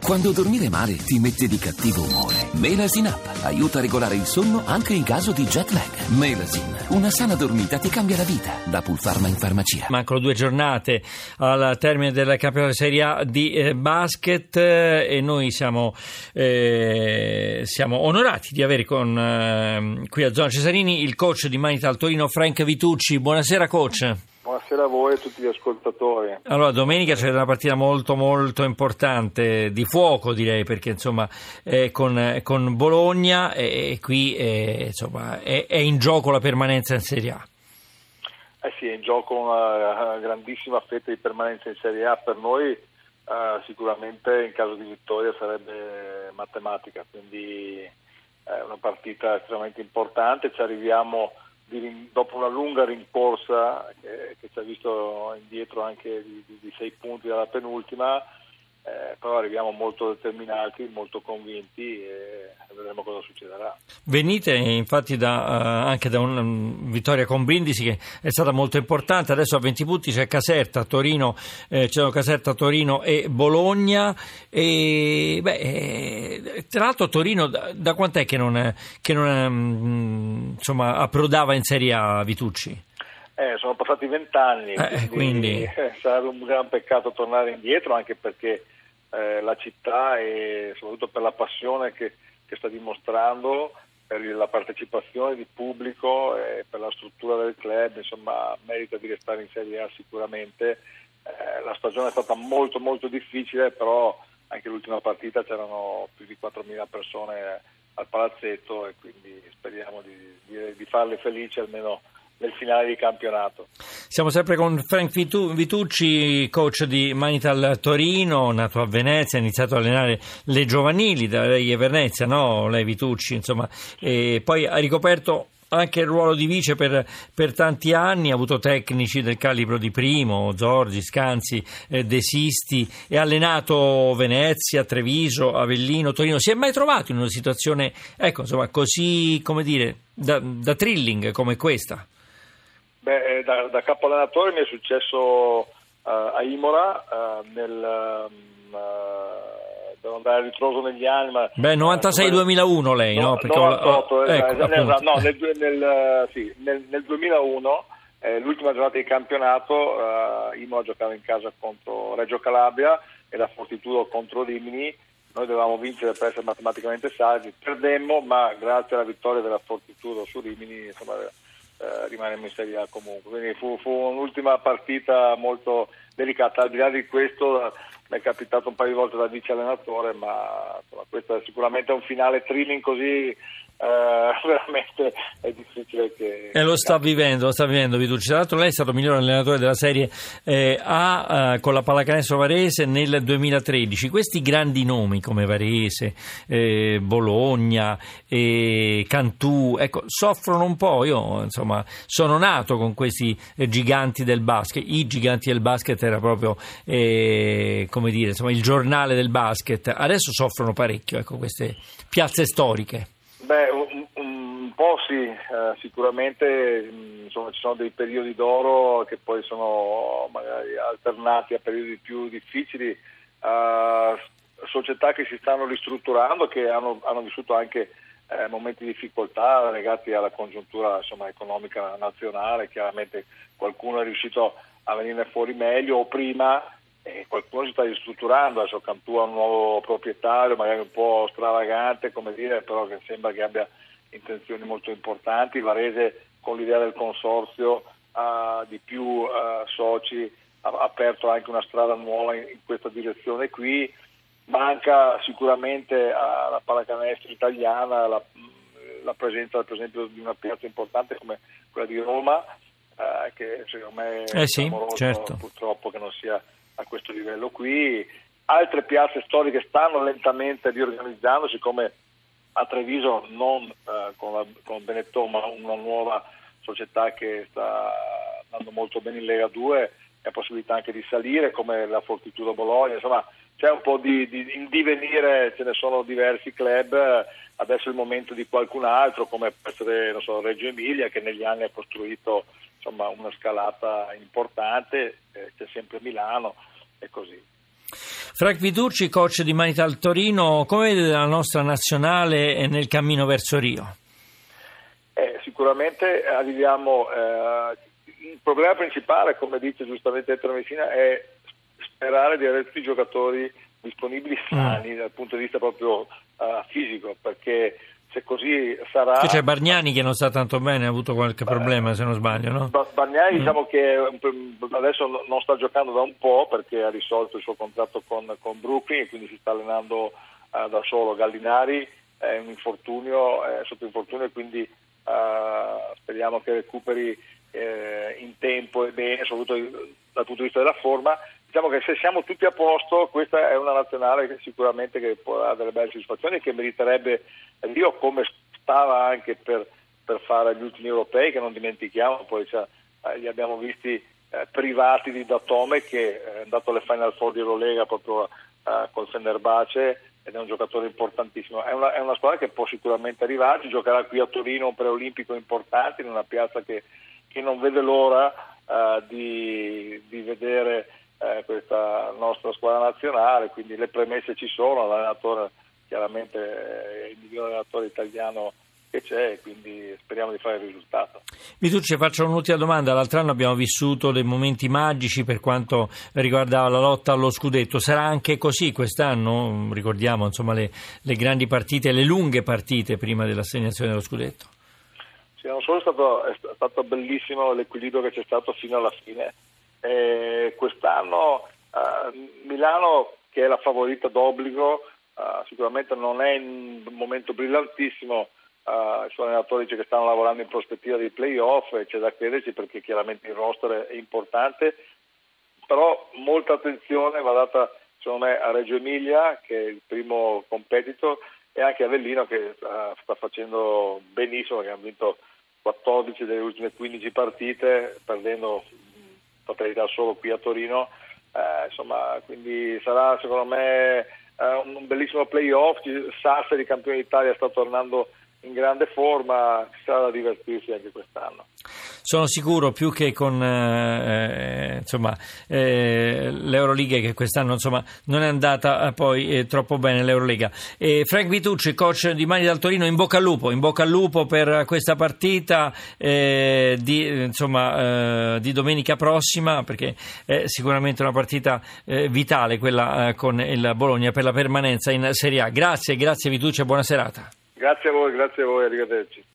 Quando dormire male ti mette di cattivo umore, Melasin Up aiuta a regolare il sonno anche in caso di jet lag. Melasin, una sana dormita ti cambia la vita. Da Pulpharma in farmacia. Mancano 2 giornate al termine del campionato Serie A di basket e noi siamo onorati di avere con qui a Zona Cesarini il coach di Manital Torino, Frank Vitucci. Buonasera coach. Buonasera a voi e a tutti gli ascoltatori. Allora, domenica c'è una partita molto molto importante, di fuoco direi, perché insomma con Bologna e qui insomma è in gioco la permanenza in Serie A. Sì, è in gioco una grandissima fetta di permanenza in Serie A per noi, sicuramente in caso di vittoria sarebbe matematica, quindi è una partita estremamente importante. Ci arriviamo dopo una lunga rincorsa che ci ha visto indietro anche di 6 punti dalla penultima, però arriviamo molto determinati, molto convinti e vedremo cosa succederà. Venite infatti anche da una vittoria con Brindisi che è stata molto importante. Adesso a 20 punti c'è Caserta, Torino, Caserta, Torino e Bologna e tra l'altro Torino da quant'è che non insomma approdava in Serie A, Vitucci? Sono passati 20 anni, quindi sarebbe un gran peccato tornare indietro, anche perché la città e soprattutto per la passione che sta dimostrando, per la partecipazione di pubblico e per la struttura del club, insomma merita di restare in Serie A sicuramente. La stagione è stata molto molto difficile, però anche l'ultima partita c'erano più di 4.000 persone al palazzetto e quindi speriamo di farle felici almeno nel finale di campionato. Siamo sempre con Frank Vitucci, coach di Manital Torino, nato a Venezia, ha iniziato a allenare le giovanili, lei è Venezia, no? Lei Vitucci, insomma, e poi ha ricoperto anche il ruolo di vice per tanti anni, ha avuto tecnici del calibro di Primo, Zorzi, Scanzi, De Sisti, e ha allenato Venezia, Treviso, Avellino, Torino. Si è mai trovato in una situazione, insomma, così, come dire, da thrilling come questa? Da capo allenatore mi è successo a Imola, devo andare a ritroso negli anni, ma 96-2001 lei, no? Perché 98, nel 2001, l'ultima giornata di campionato, Imola giocava in casa contro Reggio Calabria e la Fortitudo contro Rimini. Noi dovevamo vincere per essere matematicamente salvi, perdemmo, ma grazie alla vittoria della Fortitudo su Rimini, insomma, rimanemmo in Serie A comunque, quindi fu un'ultima partita molto delicata. Al di là di questo mi è capitato un paio di volte da vice allenatore, ma insomma, questo è sicuramente un finale thrilling così veramente è difficile che... E lo sta vivendo Vitucci. Tra l'altro lei è stato miglior allenatore della Serie A con la Pallacanestro Varese nel 2013. Questi grandi nomi come Varese, Bologna, Cantù, soffrono un po'. Io insomma sono nato con questi giganti del basket. I giganti del basket era proprio come dire, insomma, il giornale del basket. Adesso soffrono parecchio, queste piazze storiche. Un po' sì, sicuramente insomma, ci sono dei periodi d'oro che poi sono magari alternati a periodi più difficili, società che si stanno ristrutturando, che hanno vissuto anche momenti di difficoltà legati alla congiuntura economica nazionale. Chiaramente qualcuno è riuscito a venirne fuori meglio o prima, e qualcuno si sta ristrutturando. Adesso Cantù ha un nuovo proprietario, magari un po' stravagante, come dire, però che sembra che abbia intenzioni molto importanti. Varese, con l'idea del consorzio di più soci, ha aperto anche una strada nuova in questa direzione qui. Manca sicuramente alla pallacanestro italiana la presenza, per esempio, di una piazza importante come quella di Roma, che secondo me è clamoroso, certo. Purtroppo che non sia a questo livello qui. Altre piazze storiche stanno lentamente riorganizzandosi, come a Treviso, non con Benetton, ma una nuova società che sta andando molto bene in Lega 2 e ha possibilità anche di salire, come la Fortitudo Bologna. Insomma, c'è un po' in divenire, ce ne sono diversi club. Adesso è il momento di qualcun altro, come può essere, Reggio Emilia, che negli anni ha costruito una scalata importante, c'è sempre Milano e così. Frank Vitucci, coach di Manital Torino, come vede la nostra nazionale nel cammino verso Rio? Sicuramente arriviamo, il problema principale, come dice giustamente Ettore Messina, è sperare di avere tutti i giocatori disponibili sani dal punto di vista proprio fisico, perché se così sarà... C'è Bargnani che non sta tanto bene, ha avuto qualche problema se non sbaglio, no? Bargnani diciamo che adesso non sta giocando da un po' perché ha risolto il suo contratto con Brooklyn e quindi si sta allenando da solo. Gallinari è un infortunio, è sotto infortunio e quindi speriamo che recuperi in tempo e bene, soprattutto dal punto di vista della forma. Diciamo che se siamo tutti a posto, questa è una nazionale che sicuramente che può avere delle belle soddisfazioni e che meriterebbe Rio, come stava anche per fare gli ultimi europei, che non dimentichiamo, poi li abbiamo visti privati di Datome, che è andato alle Final Four di Eurolega proprio col Fenerbahce ed è un giocatore importantissimo. È una squadra che può sicuramente arrivarci, giocherà qui a Torino un preolimpico importante in una piazza che non vede l'ora di vedere questa nostra squadra nazionale, quindi le premesse ci sono, l'allenatore chiaramente è il miglior allenatore italiano che c'è, quindi speriamo di fare il risultato. Vitucci, faccio un'ultima domanda. L'altro anno abbiamo vissuto dei momenti magici per quanto riguardava la lotta allo scudetto, sarà anche così quest'anno? Ricordiamo insomma le grandi partite, le lunghe partite prima dell'assegnazione dello scudetto. Sì, non solo è stato bellissimo l'equilibrio che c'è stato fino alla fine. Quest'anno Milano, che è la favorita d'obbligo, sicuramente non è in un momento brillantissimo. I suoi allenatori dice che stanno lavorando in prospettiva dei playoff e c'è da crederci perché chiaramente il roster è importante, però molta attenzione va data secondo me a Reggio Emilia, che è il primo competitor, e anche a Avellino, che sta facendo benissimo, che ha vinto 14 delle ultime 15 partite, perdendo fatalità solo qui a Torino, insomma, quindi sarà secondo me un bellissimo playoff. Sassari, campione d'Italia, sta tornando in grande forma, ci sarà da divertirsi anche quest'anno. Sono sicuro, più che con l'Eurolega, che quest'anno insomma non è andata poi troppo bene l'Eurolega. Frank Vitucci, coach di Manital Torino, in bocca al lupo per questa partita di domenica prossima, perché è sicuramente una partita vitale quella con il Bologna per la permanenza in Serie A. Grazie Vitucci e buona serata. Grazie a voi, arrivederci.